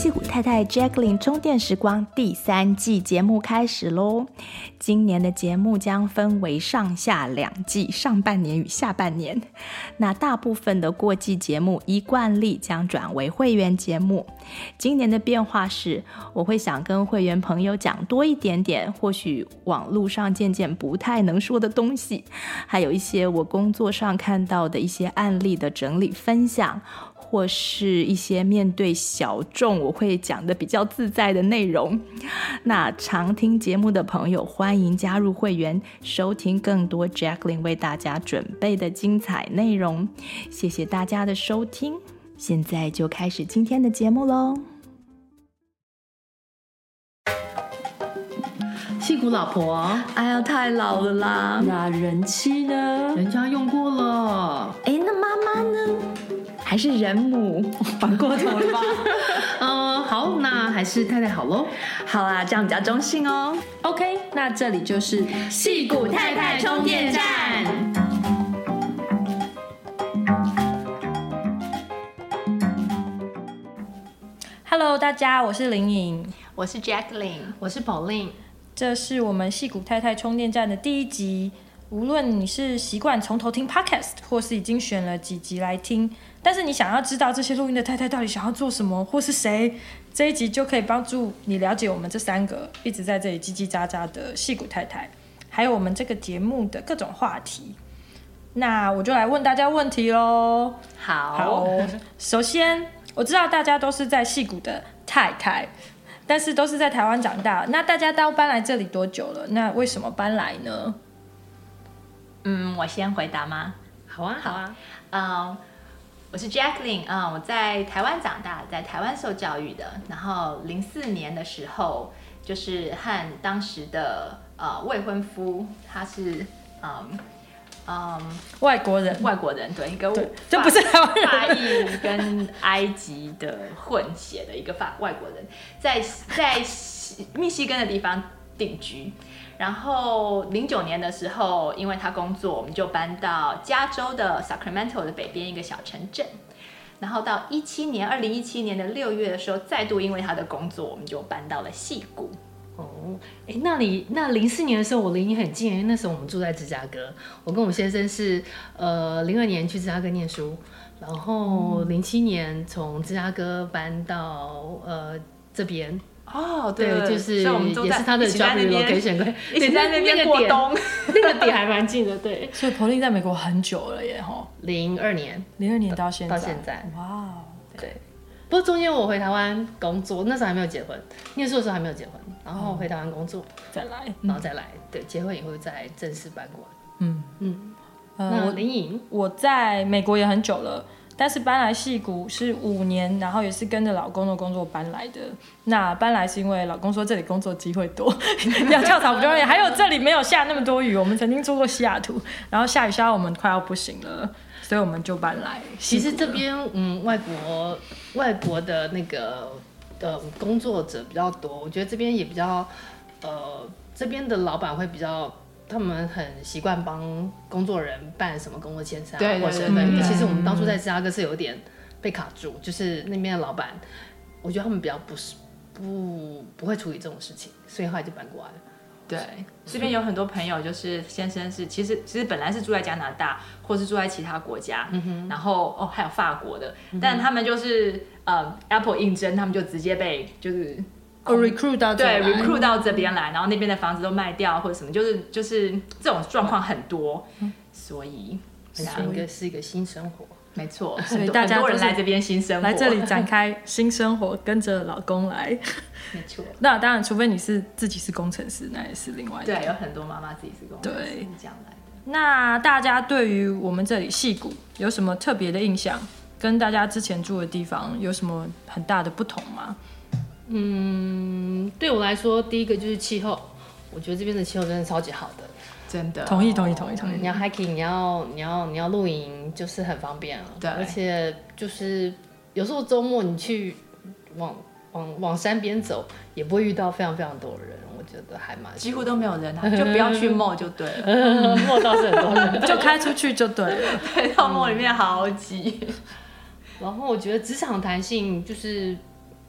矽谷太太 Jacqueline 充电时光第3季节目开始咯。今年的节目将分为上下2季，上半年与下半年。那大部分的过季节目依惯例将转为会员节目。今年的变化是，我会想跟会员朋友讲多一点点，或许网络上渐渐不太能说的东西，还有一些我工作上看到的一些案例的整理分享，或是一些面对小众我会讲的比较自在的内容。那常听节目的朋友欢迎加入会员，收听更多 Jacqueline 为大家准备的精彩内容。谢谢大家的收听，现在就开始今天的节目咯。 矽谷老婆， 哎呀，太老了啦。 那人妻呢？人家用过了。 那妈妈呢？还是人母？ 反过头了吧？好，那还是太太好咯。 好啦，这样比较中性哦。 OK， 那这里就是矽谷太太充电站。 Hello， 大家，我是林颖， 我是 Jacqueline， 我是宝令。 这是我们矽谷太太充电站的第1集。无论你是习惯从头听 Podcast， 或是已经选了几集来听，但是你想要知道这些录音的太太到底想要做什么，或是谁，这一集就可以帮助你了解我们这3个一直在这里叽叽喳喳的矽谷太太，还有我们这个节目的各种话题。那我就来问大家问题咯。好，首先我知道大家都是在矽谷的太太，但是都是在台湾长大，那大家都搬来这里多久了？那为什么搬来呢？ 我先回答吗？ 好啊。 我是 Jacqueline，我在台湾长大，在台湾受教育的。然后04年的时候，就是和当时的未婚夫，他是外国人， 对，一个这不是台湾人， 法裔跟埃及的混血的一个外国人，在密西根的地方定居。然后09年的时候，因为他工作，我们就搬到加州的 Sacramento 的北边一个小城镇。然后到2017年的6月的时候，再度因为他的工作，我们就搬到了矽谷。 那04年的时候，我离你很近，因为那时候我们住在芝加哥。我跟我先生是02年去芝加哥念书，然后07年从芝加哥搬到这边。对，就是也是他的 job relocation， 一起在那边过冬， 那个点还蛮近的，对。 所以Pauline在美国很久了耶 ，02年到现在， 哇， 对。不过中间我回台湾工作，那时候还没有结婚，念书的时候还没有结婚，然后回台湾工作，然后再来，对，结婚以后再正式搬过来。那林颖， 我在美国也很久了。但是搬来矽谷是5年，然后也是跟着老公的工作搬来的。那搬来是因为老公说这里工作机会多，要跳槽不容易，还有这里没有下那么多雨。我们曾经住过西雅图，然后下雨下到我们快要不行了，所以我们就搬来。 其实这边外国的那个工作者比较多，我觉得这边也比较这边的老板会比较。他们很习惯帮工作人办什么工作签证或身份，因为其实我们当初在芝加哥是有点被卡住，就是那边的老板，我觉得他们比较不会处理这种事情，所以后来就搬过来了。 对，这边有很多朋友，就是先生是其实本来是住在加拿大，或是住在其他国家，然后还有法国的，但他们就是Apple 应征，他们就直接被就是 recruit 到这边， 对 recruit 到这边来，然后那边的房子都卖掉或者什么，就是这种状况很多，所以是一个新生活。 没错， 所以大家很多人来这边新生活， 来这里展开新生活，跟着老公来。 没错。 那当然，除非你是自己是工程师，那也是另外的。 对，有很多妈妈自己是工程师， 对， 这样来的。 那大家对于我们这里矽谷有什么特别的印象？跟大家之前住的地方有什么很大的不同吗？ 对我来说，第一个就是气候，我觉得这边的气候真的超级好的。 真的， 同意。 你要 hiking， 你要露营，就是很方便啊。 对， 而且就是有时候周末你去往山边走，也不会遇到非常非常多的人，我觉得还蛮几乎都没有人啊，就不要去 mall 就对了。 mall 倒是很多人， 就开出去就对了。 对，到 mall 里面好挤。 然后我觉得职场弹性就是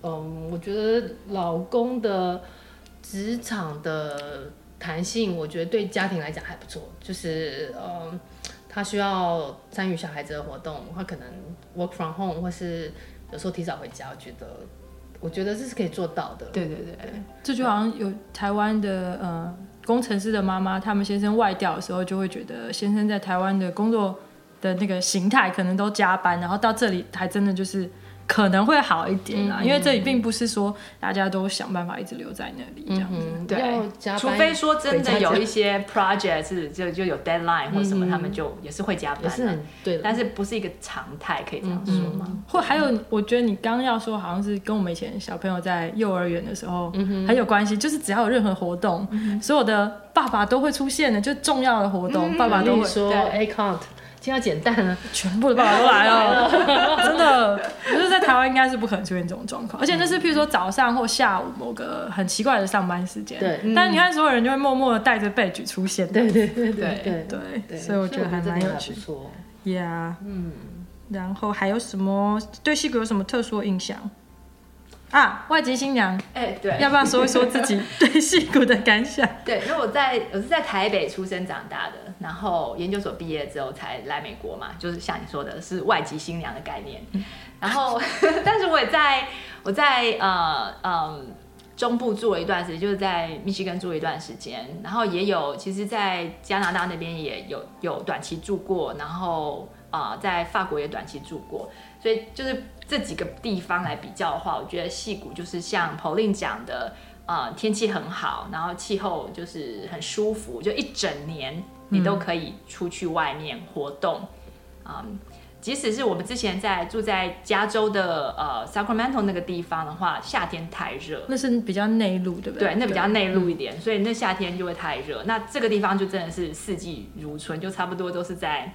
我觉得老公的职场的弹性，我觉得对家庭来讲还不错，就是他需要参与小孩子的活动，他可能 work from home， 或是有时候提早回家，我觉得这是可以做到的。 对对对， 这就好像有台湾的工程师的妈妈，他们先生外调的时候，就会觉得先生在台湾的工作的那个形态可能都加班，然后到这里还真的就是可能会好一点啦，因为这里并不是说大家都想办法一直留在那里这样子。 对，除非说真的有一些 project 是就有 deadline 或什么，他们就也是会加班， 也是很对的， 但是不是一个常态，可以这样说吗？ 或还有，我觉得你刚刚要说，好像是跟我们以前小朋友在幼儿园的时候很有关系，就是只要有任何活动，所有的爸爸都会出现的，就重要的活动，爸爸都会说 A count。今天要捡蛋了， 全部的爸爸都来了，真的。我觉得在台湾应该是不可能出现这种状况，而且那是譬如说早上或下午某个很奇怪的上班时间， 对。 但是你看所有人就会默默的带着badge出现， 对， 所以我觉得还蛮有趣。Yeah， 然后还有什么对矽谷有什么特殊的印象？啊，外籍新娘， 对， 要不要说一说自己对矽谷的感想？ 对，因为我是在台北出生长大的，然后研究所毕业之后才来美国嘛，就是像你说的是外籍新娘的概念。然后，但是我在中部住了一段时间，就是在密西根住了一段时间，然后也有其实，在加拿大那边也有短期住过，然后在法国也短期住过，所以就是这几个地方来比较的话，我觉得矽谷就是像 Pauline 讲的，天气很好，然后气候就是很舒服，就一整年你都可以出去外面活动。即使是我们之前住在加州的Sacramento 那个地方的话，夏天太热， 那是比较内陆，对不对？ 对，那比较内陆一点，所以那夏天就会太热。那这个地方就真的是四季如春，就差不多都是在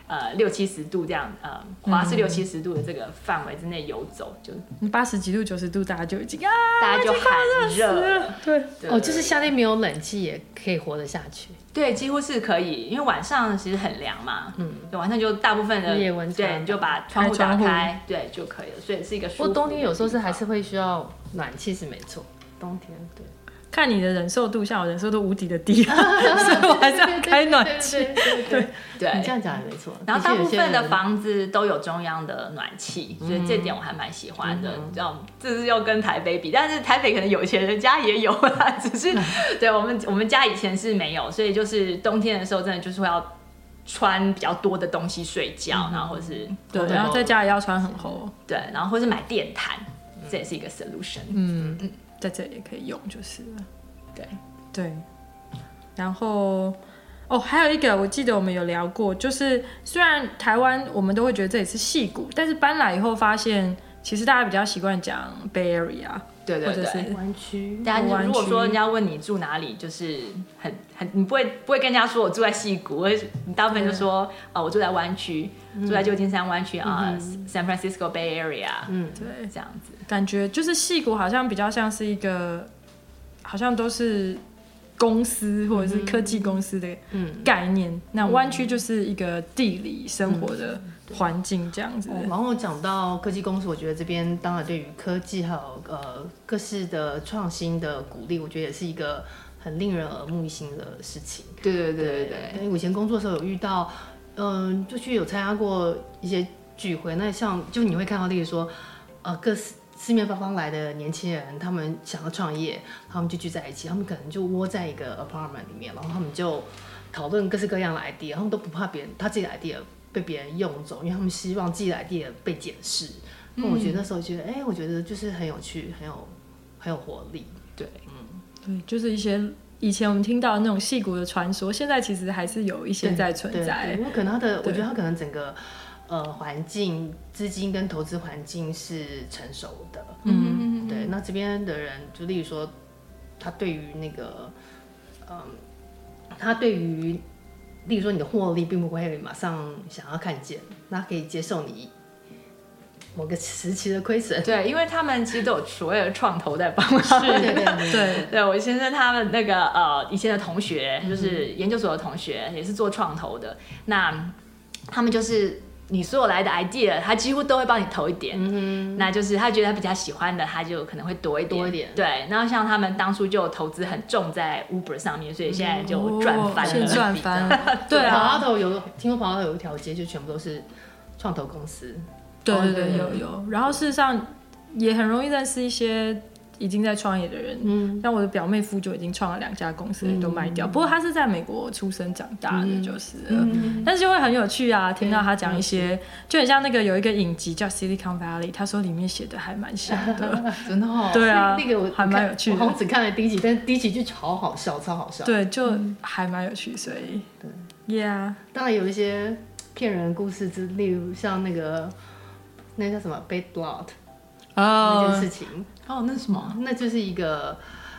60-70度这样，华氏60-70度的这个范围之内游走，就 80几度、90度，大家就已经大家就很热， 对， 就是夏天没有冷气也可以活得下去。 对，几乎是可以，因为晚上其实很凉嘛，晚上就大部分的夜温差， 对，你就把窗户打开，对就可以了，所以是一个舒服的地方。 不过冬天有时候是还是会需要暖气，是没错。冬天对。 看你的忍受度，像我忍受度无敌的低，所以我还是要开暖气。 对，你这样讲也没错。 然后大部分的房子都有中央的暖气，所以这点我还蛮喜欢的。这是要跟台北比，但是台北可能有钱人家也有啦，只是对我们家以前是没有，所以就是冬天的时候真的就是会要穿比较多的东西睡觉，然后或是对，然后在家里要穿很厚， 对，然后或是买电毯，这也是一个 solution。 在这里也可以用就是了。 对， 然后还有一个我记得我们有聊过，就是虽然台湾我们都会觉得这里是矽谷，但是搬来以后发现其实大家比较习惯讲 Bay Area， 对， 或者是湾区。 大家如果说人家问你住哪里，就是你不会跟人家说我住在矽谷，你大部分就说我住在湾区，住在旧金山湾区San Francisco Bay Area， 对， 这样子感觉就是矽谷好像比较像是一个，好像都是公司或者是科技公司的概念，那湾区就是一个地理生活的环境这样子。 然后讲到科技公司，我觉得这边当然对于科技还有各式的创新的鼓励，我觉得也是一个很令人耳目一新的事情。 对。 因为我以前工作的时候有遇到，就去有参加过一些聚会，那像就你会看到，例如说，各四面八方来的年轻人，他们想要创业，他们就聚在一起，他们可能就窝在一个 apartment 里面，然后他们就讨论各式各样的 idea， 他们都不怕他自己的 idea 被别人用走，因为他们希望自己的 idea 被检视。那我觉得那时候觉得，我觉得就是很有趣，很有活力。对， 对，就是一些以前我们听到的那种矽谷的传说，现在其实还是有一些在存在。 因为可能我觉得他可能整个环境、资金跟投资环境是成熟的。对。那这边的人，就例如说，他对于那个，例如说你的获利并不会马上想要看见，那可以接受你某个时期的亏损。 对，因为他们其实都有所谓的创投在帮他们。对，我先生他们那个以前的同学，就是研究所的同学，也是做创投的。那他们就是你所有来的 idea， 他几乎都会帮你投一点。那就是他觉得他比较喜欢的，他就可能会多一点。对，然后像他们当初就投资很重在 Uber 上面，所以现在就赚翻了。 现在赚翻了。对啊， 听说跑到有一条街就全部都是创投公司。 对，有。然后事实上也很容易认识一些已经在创业的人，像我的表妹夫就已经创了2家公司，都卖掉。不过他是在美国出生长大的，就是了。但是就会很有趣啊，听到他讲一些，就很像那个有一个影集叫 Silicon Valley， 他说里面写的还蛮像的， 真的哦。 对啊， 那个还蛮有趣的。 我好像只看了第一集，但是第一集就超好笑。 对，就还蛮有趣，所以对 ，Yeah。 当然有一些骗人的故事，例如像那叫什么 Bad Blood。那件事情那是什么？ 那就是一个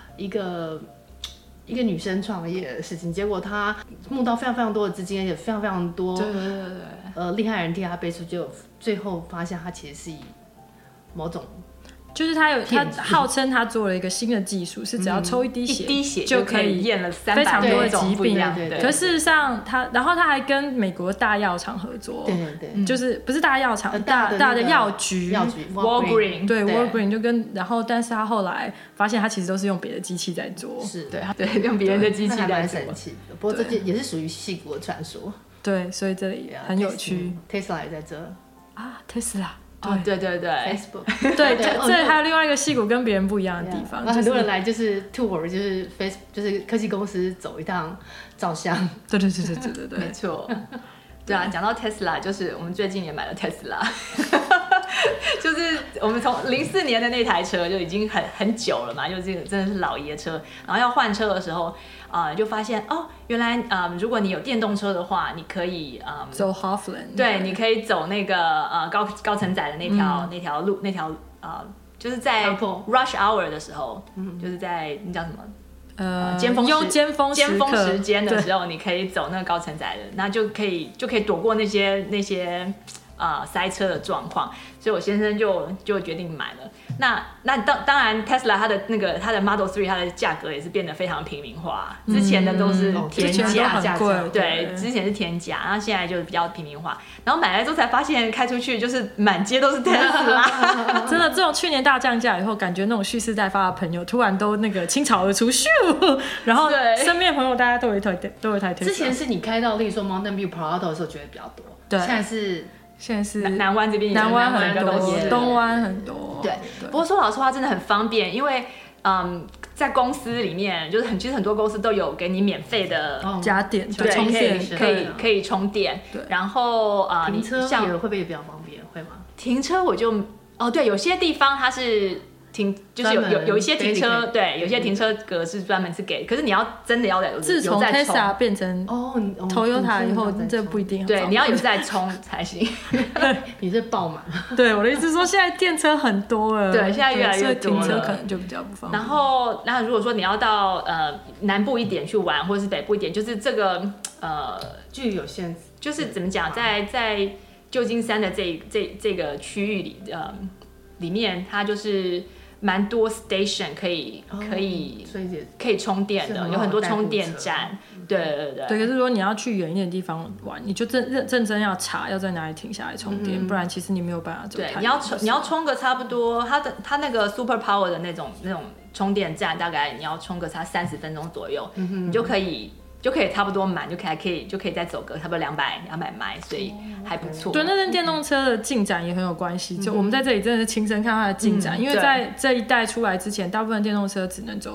女生创业的事情，结果她募到非常非常多的资金，而且非常非常多厉害人替她背书，结果最后发现她其实是以某种。 就是他号称他做了一个新的技术，是只要抽一滴血就可以验了非常多的疾病。可事实上然后他还跟美国大药厂合作， 对， 就是不是大药厂，大的药局 Walgreen， 对 Walgreen 就然后但是他后来发现他其实都是用别的机器在做， 是对，用别人的机器在做， 神奇的。不过这也是属于矽谷的传说。 对，所以这里很有趣。 Tesla 也在这啊 ，Tesla。 对 ，Facebook， 对，这还有另外一个矽谷跟别人不一样的地方， 很多人来就是 tour， 就是科技公司走一趟照相。 对， 没错。对啊，讲到 Tesla， 就是我们最近也买了 Tesla， 就是我们从04年的那台车就已经很久了嘛，就这个真的是老爷车，然后要换车的时候。就发现原来如果你有电动车的话，你可以走 Hofland， 对，你可以走那个高承载的那条路，就是在 rush hour 的时候，就是在那叫什么尖峰时间的时候，你可以走那个高承载的，那就可以躲过那些塞车的状况，所以我先生就决定买了。那当然 Tesla 它的 Model 3它的价格也是变得非常平民化，之前的都是天价，对，之前是天价，然后现在就是比较平民化。然后买来之后才发现开出去就是满街都是 Tesla， 真的，这种去年大降价以后，感觉那种蓄势待发的朋友突然都那个倾巢而出，咻，然后身边朋友大家都有一台 Tesla。 之前是你开到例如说 Mountain View Prado 的时候觉得比较多， 对， 现在是南湾这边， 南湾很多，东湾很多。 对，不过说老实话，真的很方便，因为在公司里面，就是其实很多公司都有给你免费的加电， 对， 充电可以充电。 对， 然后停车会不会也比较方便？会吗？ 停车我就对，有些地方它是。就是有一些停车，对，有些停车格是专门是给，可是你要真的要有自从 Tesla 变成Toyota 以后，这不一定。 对，你要有在充才行。 你是爆满。 对，我的意思是说，现在电车很多了， 对，现在越来越多了， 停车可能就比较不方便。 然后，那如果说你要到南部一点去玩，或者是北部一点，就是这个距离有限制， 就是怎么讲，在旧金山的这个区域里面，它就是蛮多 station 可以充电的，有很多充电站。对。 可是如果你要去远一点的地方玩，你就认真要查要在哪里停下来充电，不然其实你没有办法走太远。 对，你要充个差不多，它那个 Super Power 的那种充电站，大概你要充个差30分钟左右，你就可以差不多满，就可以再走个差不多200迈，所以还不错。 对，那跟电动车的进展也很有关系。就我们在这里真的是亲身看它的进展，因为在这一代出来之前，大部分电动车只能走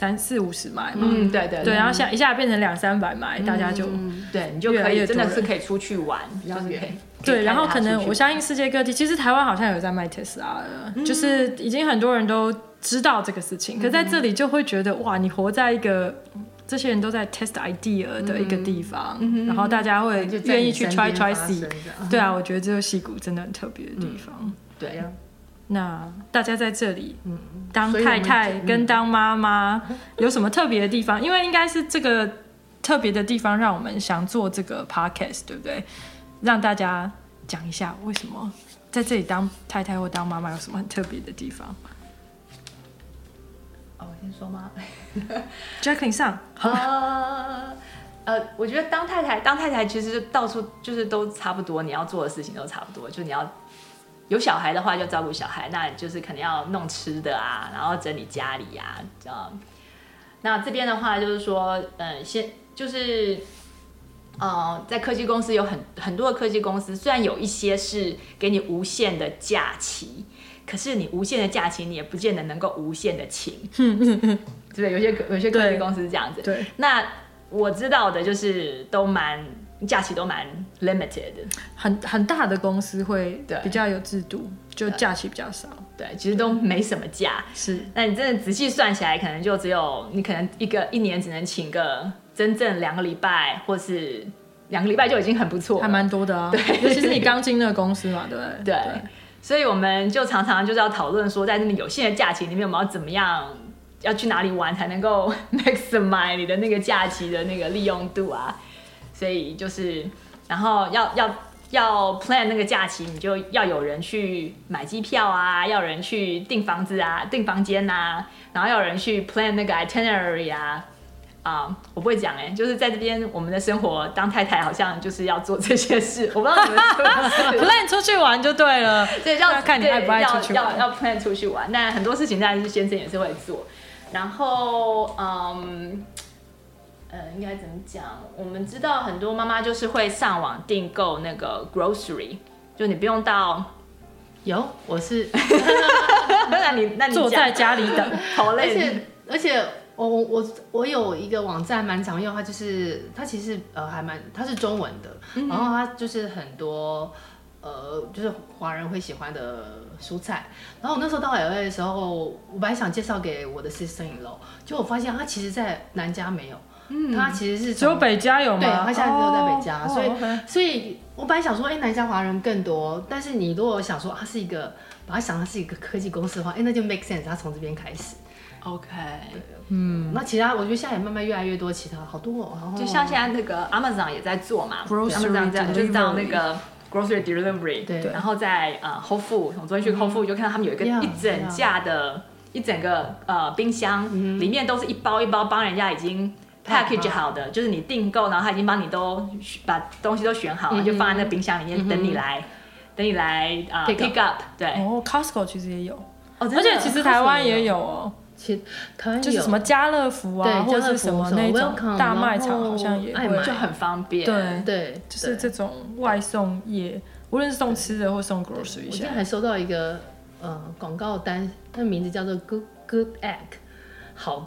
30-50迈嘛。对，然后一下变成200-300迈，大家就对你就可以真的是可以出去玩，比较远。 对，然后可能我相信世界各地，其实台湾好像有在卖 Tesla 了，就是已经很多人都知道这个事情，可在这里就会觉得哇，你活在一个。这些人都在 test idea 的一个地方，然后大家会愿意去 try see。对啊，我觉得这个矽谷真的很特别的地方。 对， 那大家在这里当太太跟当妈妈有什么特别的地方？因为应该是这个特别的地方让我们想做这个 podcast， 对不对？让大家讲一下为什么在这里当太太或当妈妈有什么很特别的地方。 我先说吗 ？Jacqueline 上。 我觉得当太太其实到处就是都差不多，你要做的事情都差不多，就你要有小孩的话就照顾小孩，那就是可能要弄吃的啊，然后整理家里啊，那这边的话就是说，先就是在科技公司有很多的科技公司，虽然有一些是给你无限的假期，可是你无限的假期你也不见得能够无限的请，对，有些科技公司是这样子。 对， 那我知道的就是假期都蛮 limited 的， 很大的公司会比较有制度，就假期比较少。 对，其实都没什么假。 是， 那你真的仔细算起来，可能就只有你可能一年只能请个真正2个礼拜，或是2个礼拜就已经很不错了， 还蛮多的啊。 对， 尤其是你刚进那个公司嘛，对不对？ 对。所以我们就常常就是要讨论说，在那有限的假期里面，我们要怎么样，要去哪里玩才能够 maximize 你的那个假期的那个利用度啊。所以就是，然后要 plan 那个假期，你就要有人去买机票啊，要有人去订房子啊、订房间啊，然后要有人去 plan 那个 itinerary 啊。我不会讲就是在这边我们的生活当太太好像就是要做这些事，我不知道你们是不是 plan 出去玩就对了， 对， 要看你爱不爱出去玩， 要 plan 出去玩，但很多事情当然是先生也是会做，然后应该怎么讲？我们知道很多妈妈就是会上网订购那个 grocery， 就你不用到。 有，我是， 那你坐在家里等， 好累。 而且我有一个网站蛮常用，它其实它是中文的，然后它就是很多就是华人会喜欢的蔬菜。然后我那时候到 LA 的时候，我本来想介绍给我的 sister-in-law， 结果我发现它其实在南加没有。它其实是只有北加有吗？ 对，它现在只有在北加，所以我本来想说，南加华人更多，但是你如果想说把它想它是一个科技公司的话，那就 make sense， 它从这边开始。 OK， 那其他我觉得现在也慢慢越来越多，其他好多就像现在那个 Amazon 也在做嘛 ，Amazon 就是到那个 grocery delivery， 对，然后在Whole Foods， 我昨天去 Whole Foods 就看到他们有一整架的一整个冰箱，里面都是一包一包帮人家已经package 好的，就是你订购，然后他已经帮你都把东西都选好了，就放在那个冰箱里面等你来 pick up。对 ，Costco 其实也有， 而且其实台湾也有哦。 其实台湾就是什么家乐福啊，或者是什么那种大卖场，好像也会， 就很方便。 对， 就是这种外送业，无论是送吃的或送 grocery。 我今天还收到一个广告单，它名字叫做 Good Egg。好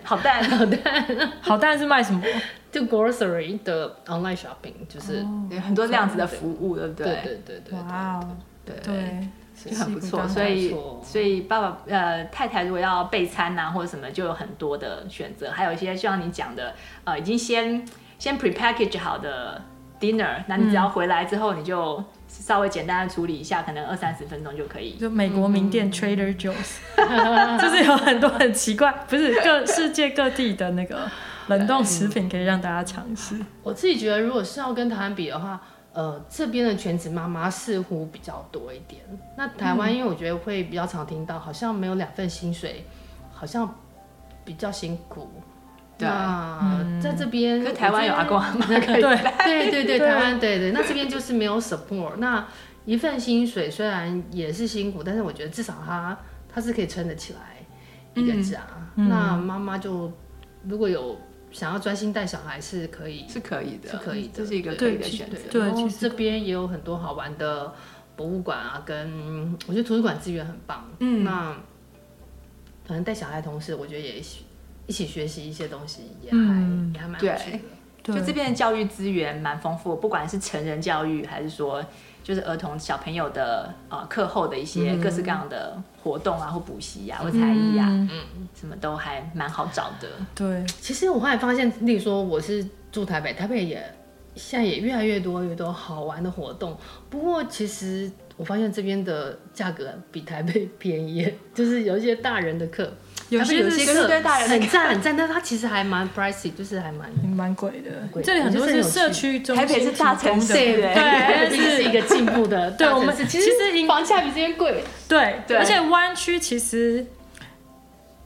蛋是卖什么？ 就 grocery 的 online shopping， 就是很多这样子的服务，对不对？ 对。 哇哦，对， 就很不错。所以爸爸太太如果要备餐啊或者什么，就有很多的选择，还有一些像你讲的已经先 prepackage 好的 dinner， 那你只要回来之后你就稍微简单的处理一下，可能20-30分钟就可以。 就美国名店 Trader Joe's， 就是有很多很奇怪，不是世界各地的那个冷冻食品可以让大家尝试。 我自己觉得，如果是要跟台湾比的话，这边的全职妈妈似乎比较多一点。那台湾，因为我觉得会比较常听到，好像没有2份薪水，好像比较辛苦。 对， 在这边， 可是台湾有阿公阿妈可以对，台湾对，那这边就是没有 support。那1份薪水虽然也是辛苦，但是我觉得至少他是可以撑得起来一个家。那妈妈就如果有想要专心带小孩是可以的， 这是一个可以的选择。 对，然后这边也有很多好玩的博物馆啊，跟我觉得图书馆资源很棒。那可能带小孩的同时，我觉得也一起学习一些东西也还蛮有趣的。 就这边的教育资源蛮丰富，不管是成人教育还是说就是儿童小朋友的课后的一些各式各样的活动啊，或补习啊，或才艺啊，什么都还蛮好找的。 对， 其实我后来发现，例如说我是住台北也现在也越来越多好玩的活动。不过其实我发现这边的价格比台北便宜，就是有一些大人的课。有些课很赞，但它其实还蛮 pricey， 就是还蛮贵的。这里很多是社区中心， 台北是大城市， 对，是一个进步的大城市。其实房价比这边贵。 对，而且湾区其实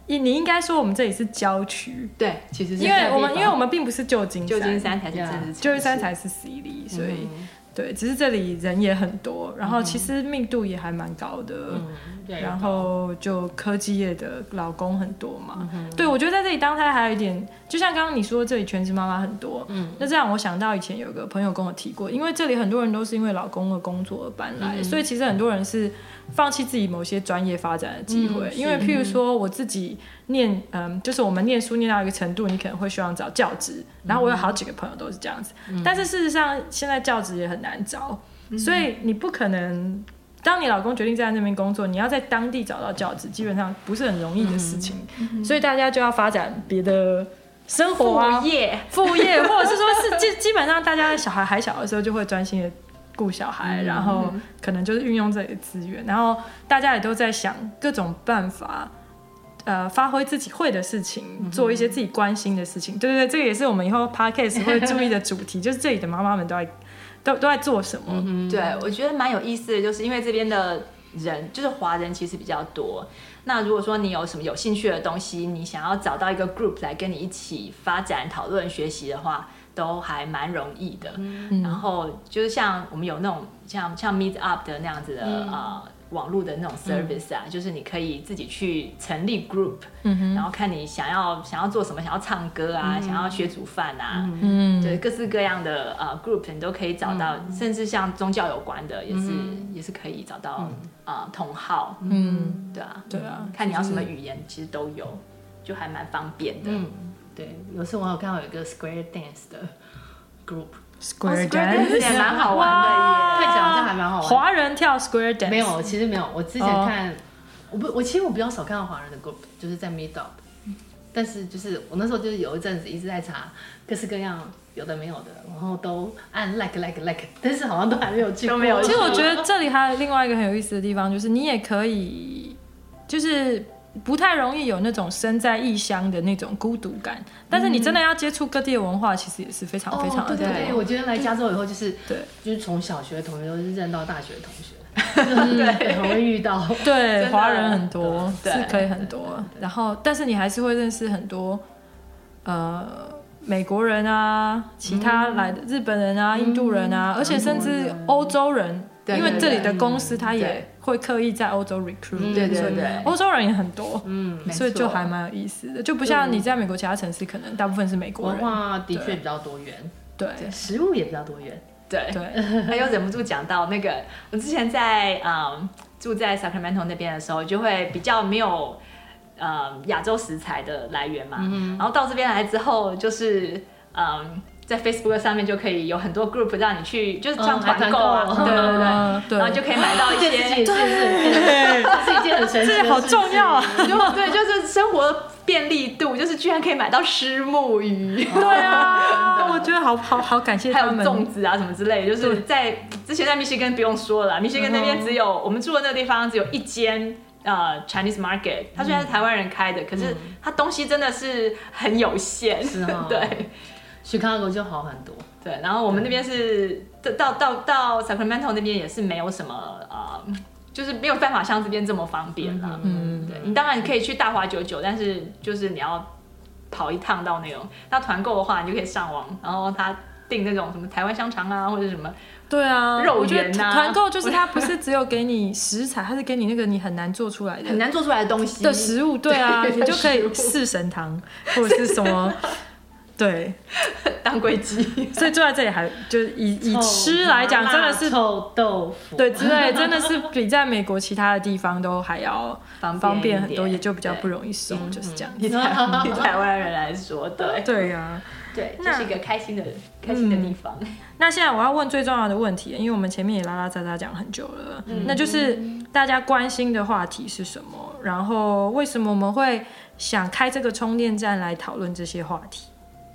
你应该说我们这里是郊区， 对，其实是因为我们并不是旧金山， 旧金山才是真的， 旧金山才是 CD， 所以。对，只是这里人也很多，然后其实密度也还蛮高的，然后就科技业的老公很多嘛。对，我觉得在这里当胎还有一点，就像刚刚你说这里全职妈妈很多，那这样我想到以前有个朋友跟我提过，因为这里很多人都是因为老公的工作而搬来，所以其实很多人是放弃自己某些专业发展的机会，因为譬如说我自己念，就是我们念书念到一个程度，你可能会希望找教职，然后我有好几个朋友都是这样子，但是事实上现在教职也很难找，所以你不可能，当你老公决定在那边工作，你要在当地找到教职，基本上不是很容易的事情，所以大家就要发展别的生活啊，副业，或者是说是基本上大家小孩还小的时候就会专心的顾小孩，然后可能就是运用这里的资源，然后大家也都在想各种办法。发挥自己会的事情，做一些自己关心的事情，对对对，这个也是我们以后 podcast 会注意的主题，就是这里的妈妈们都在做什么。 对，我觉得蛮有意思的，就是因为这边的人就是华人其实比较多，那如果说你有什么有兴趣的东西，你想要找到一个 group 来跟你一起发展、讨论、学习的话，都还蛮容易的。然后就是像我们有那种像 Meet Up 的那样子的网络的那种 service 啊，就是你可以自己去成立 group，然后看你想要做什么，想要唱歌啊，想要学煮饭啊，对，各式各样的group 你都可以找到，甚至像宗教有关的也是可以找到同好，对啊，看你要什么语言，其实都有，就还蛮方便的。 对，有时候我有看到有一个 Square Dance 的 group。Square Dance 也蛮好玩的耶， 看起来好像还蛮好玩。 华人跳 Square Dance 没有，其实没有。我之前看，其实我比较少看到华人的 group， 就是在 Meet Up， 但是就是我那时候就是有一阵子一直在查各式各样有的没有的，然后都按 like， 但是好像都还没有去过。 其实我觉得这里还有另外一个很有意思的地方，就是你也可以就是不太容易有那种身在异乡的那种孤独感，但是你真的要接触各地的文化，其实也是非常非常的多。 对，我觉得来加州以后就是从小学的同学都是认到大学的同学，对，很会遇到， 对，华人很多是可以很多，然后但是你还是会认识很多美国人啊，其他来的日本人啊、印度人啊，而且甚至欧洲人。因为这里的公司它也会刻意在欧洲 recruit， 对， 欧洲人也很多，所以就还蛮有意思的，就不像你在美国其他城市，可能大部分是美国人， 文化的确比较多元， 对， 食物也比较多元， 对，还有忍不住讲到那个，我之前在住在 Sacramento 那边的时候，就会比较没有亚洲食材的来源嘛，然后到这边来之后，就是在 Facebook 上面就可以有很多 group 让你去，就是像团购啊，对，然后就可以买到一些， 对，这是一件很神奇的事情， 好重要啊！ 对，就是生活便利度，就是居然可以买到虱目鱼， 对啊，我觉得好感谢他们， 还有粽子啊什么之类的，就是在之前在密歇根不用说了，密歇根那边只有我们住的那个地方只有一间Chinese market， 它虽然是台湾人开的，可是它东西真的是很有限，对。 Chicago 就好很多， 对，然后我们那边是到 Sacramento 那边也是没有什么就是没有办法像这边这么方便啦。对，你当然可以去大华99，但是就是你要跑一趟到那种，那团购的话，你就可以上网，然后他订那种什么台湾香肠啊，或者什么对啊肉圆啊。 团购就是它不是只有给你食材，它是给你那个你很难做出来的东西的食物，对啊，你就可以4神汤或者是什么。对， 当归鸡， 所以坐在这里还就是以吃来讲，真的是臭豆腐， 对之类，真的是比在美国其他的地方都还要方便很多，也就比较不容易收，就是这样。 以台湾人来说， 对啊， 对，这是一个开心的地方。 那现在我要问最重要的问题，因为我们前面也拉拉杂杂讲很久了，那就是大家关心的话题是什么？然后为什么我们会想开这个充电站来讨论这些话题？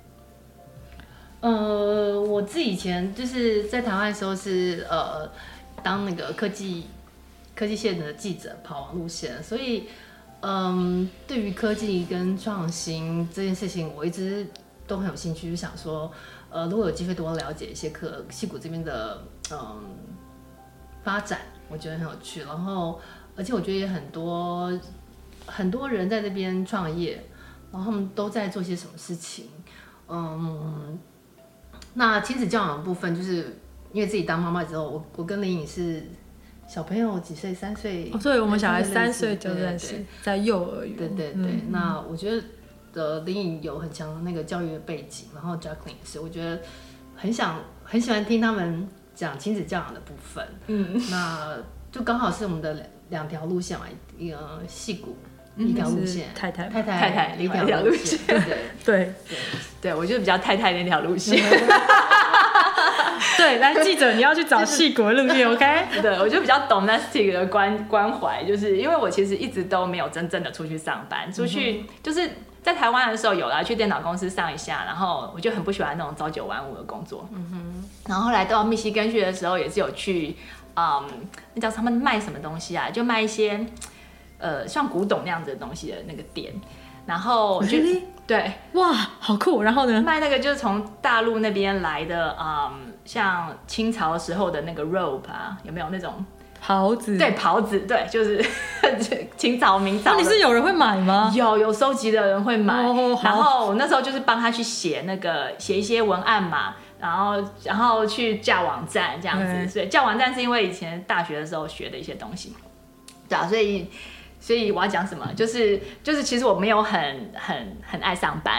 我自己以前就是在台湾的时候是当那个科技线的记者，跑网路线，所以对于科技跟创新这件事情，我一直都很有兴趣，就想说如果有机会多了解一些矽谷这边的发展，我觉得很有趣。然后而且我觉得也很多很多人在这边创业，然后他们都在做些什么事情。那亲子教养的部分，就是因为自己当妈妈之后，我跟林颖是小朋友几岁？3岁。 对，我们小孩3岁就认识，在幼儿园。 对。那我觉得林颖有很强的那个教育的背景，然后 Jacqueline 也是，我觉得很喜欢听他们讲亲子教养的部分。那就刚好是我们的2条路线嘛，一个矽谷一条路线， 太太一条路线， 对，我就比较太太那条路线。 对，来记者你要去找矽谷的路线，OK？ 对，我就比较 domestic 的关怀，就是因为我其实一直都没有真正的出去上班，出去就是在台湾的时候有啦，去电脑公司上一下，然后我就很不喜欢那种朝9晚5的工作。然后后来到密西根去的时候，也是有去，那叫他们卖什么东西啊？就卖一些像古董那样子的东西的那个店。然后就对， 哇，好酷！然后呢， 卖那个就是从大陆那边来的，像清朝时候的那个 robe 啊，有没有那种袍子？ 对，袍子，对，就是清朝明朝的。 你是有人会买吗？ 有收集的人会买，然后我那时候就是帮他去写一些文案嘛，然后去架网站这样子。所以架网站是因为以前大学的时候学的一些东西，对啊，所以我要讲什么，就是其实我没有很爱上班，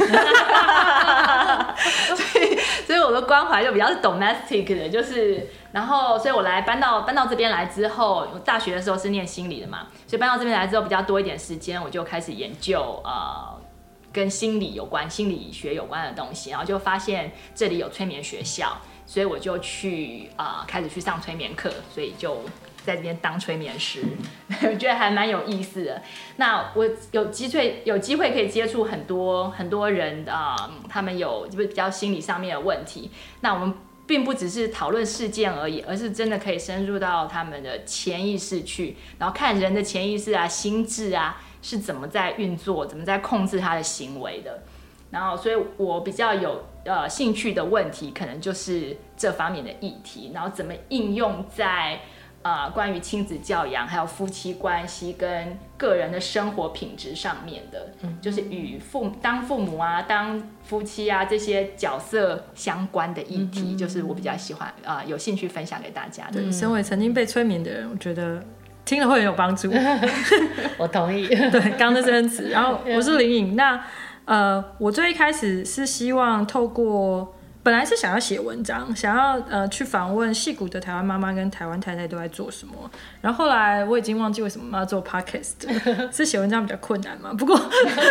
所以我的关怀就比较是 domestic 的，就是然后所以我搬到这边来之后，我大学的时候是念心理的嘛，所以搬到这边来之后比较多一点时间，我就开始研究跟心理学有关的东西，然后就发现这里有催眠学校，所以我就开始去上催眠课，所以就在这边当催眠师，我觉得还蛮有意思的。那我有机会可以接触很多人他们有比较心理上面的问题。那我们并不只是讨论事件而已，而是真的可以深入到他们的潜意识去，然后看人的潜意识啊、心智啊是怎么在运作，怎么在控制他的行为的。然后，所以我比较有兴趣的问题，可能就是这方面的议题，然后怎么应用在关于亲子教养，还有夫妻关系跟个人的生活品质上面的，就是与当父母啊、当夫妻啊这些角色相关的议题，就是我比较喜欢有兴趣分享给大家的。 对，身为曾经被催眠的人，我觉得听了会很有帮助。 我同意。 对，刚刚那阵子，然后我是林颖，那我最一开始是希望透过。本来是想要写文章，想要去访问矽谷的台湾妈妈跟台湾太太都在做什么，然后后来我已经忘记为什么要做 podcast， 是写文章比较困难嘛？不过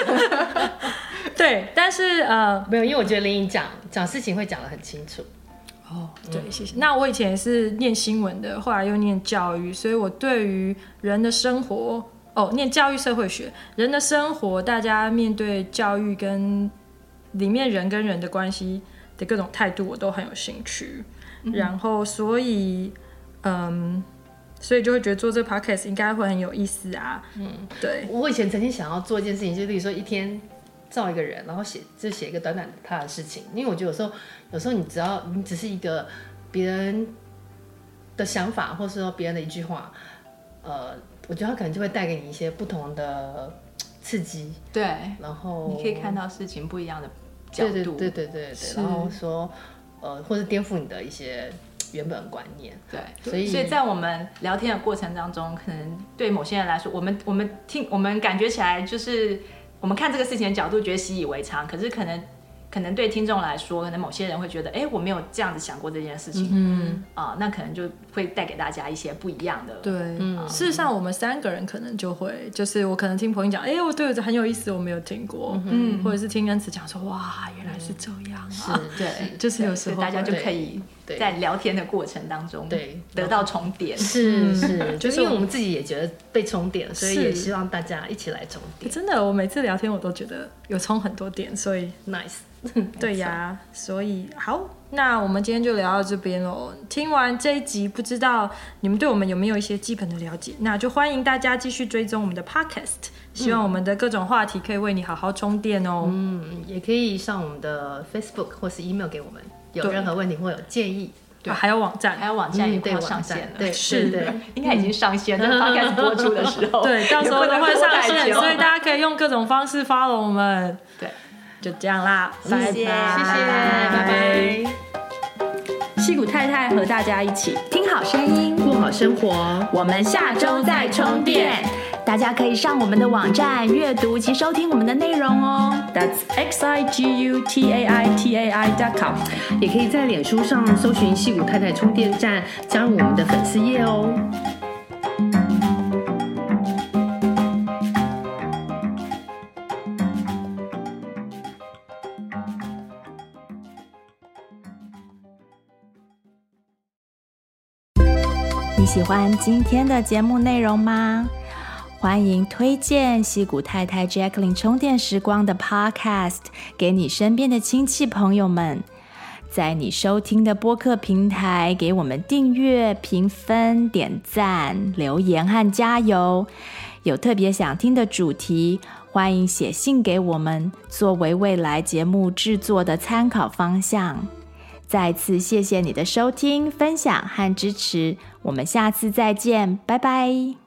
对，但是没有，因为我觉得林颖讲事情会讲得很清楚。 对，谢谢。那我以前是念新闻的，后来又念教育，所以我对于人的生活，念教育社会学，人的生活，大家面对教育跟里面人跟人的关系的各种态度我都很有兴趣，然后所以就会觉得做这个 podcast 应该会很有意思啊。对， 我以前曾经想要做一件事情，就例如说一天照一个人，然后写一个短短的他的事情，因为我觉得有时候你只是一个别人的想法，或是说别人的一句话，我觉得他可能就会带给你一些不同的刺激。 对， 然后你可以看到事情不一样的角度。 对，然后说或是颠覆你的一些原本的观念。 对，所以在我们聊天的过程当中，可能对某些人来说，我们感觉起来就是我们看这个事情的角度觉得习以为常，可是可能对听众来说，可能某些人会觉得，我没有这样子想过这件事情，那可能就会带给大家一些不一样的。 对，事实上我们3个人可能就会，就是我可能听朋友讲，我对这很有意思，我没有听过，或者是听恩慈讲说，哇，原来是这样啊， 是， 对，就是有时候大家就可以在聊天的过程当中得到充电。 是，就是因为我们自己也觉得被充电，所以也希望大家一起来充电。 真的，我每次聊天我都觉得有充很多电，所以 nice。 对呀，所以好，那我们今天就聊到这边咯。听完这一集，不知道你们对我们有没有一些基本的了解？那就欢迎大家继续追踪我们的 podcast，希望我们的各种话题可以为你好好充电哦。 也可以上我们的 Facebook 或是 email 给我们，有任何问题或有建议。 对，还有网站也快要上线了， 对， 是应该已经上线了。Podcast 播出的时候， 对，到时候都会上线，所以大家可以用各种方式 follow 我们。 对， 就这样啦， 谢谢， 拜拜。 矽谷太太和大家一起听好声音， 过好生活。 我们下周再充电。大家可以上我们的网站阅读及收听我们的内容哦。That's xigutaitai.com。 也可以在脸书上搜寻矽谷太太充电站，加入我们的粉丝页哦。 你喜欢今天的节目内容吗？欢迎推荐矽谷太太 Jacqueline 充电时光的 Podcast 给你身边的亲戚朋友们，在你收听的播客平台给我们订阅、评分、点赞、留言和加油。有特别想听的主题，欢迎写信给我们，作为未来节目制作的参考方向。再次谢谢你的收听、分享和支持，我们下次再见，拜拜。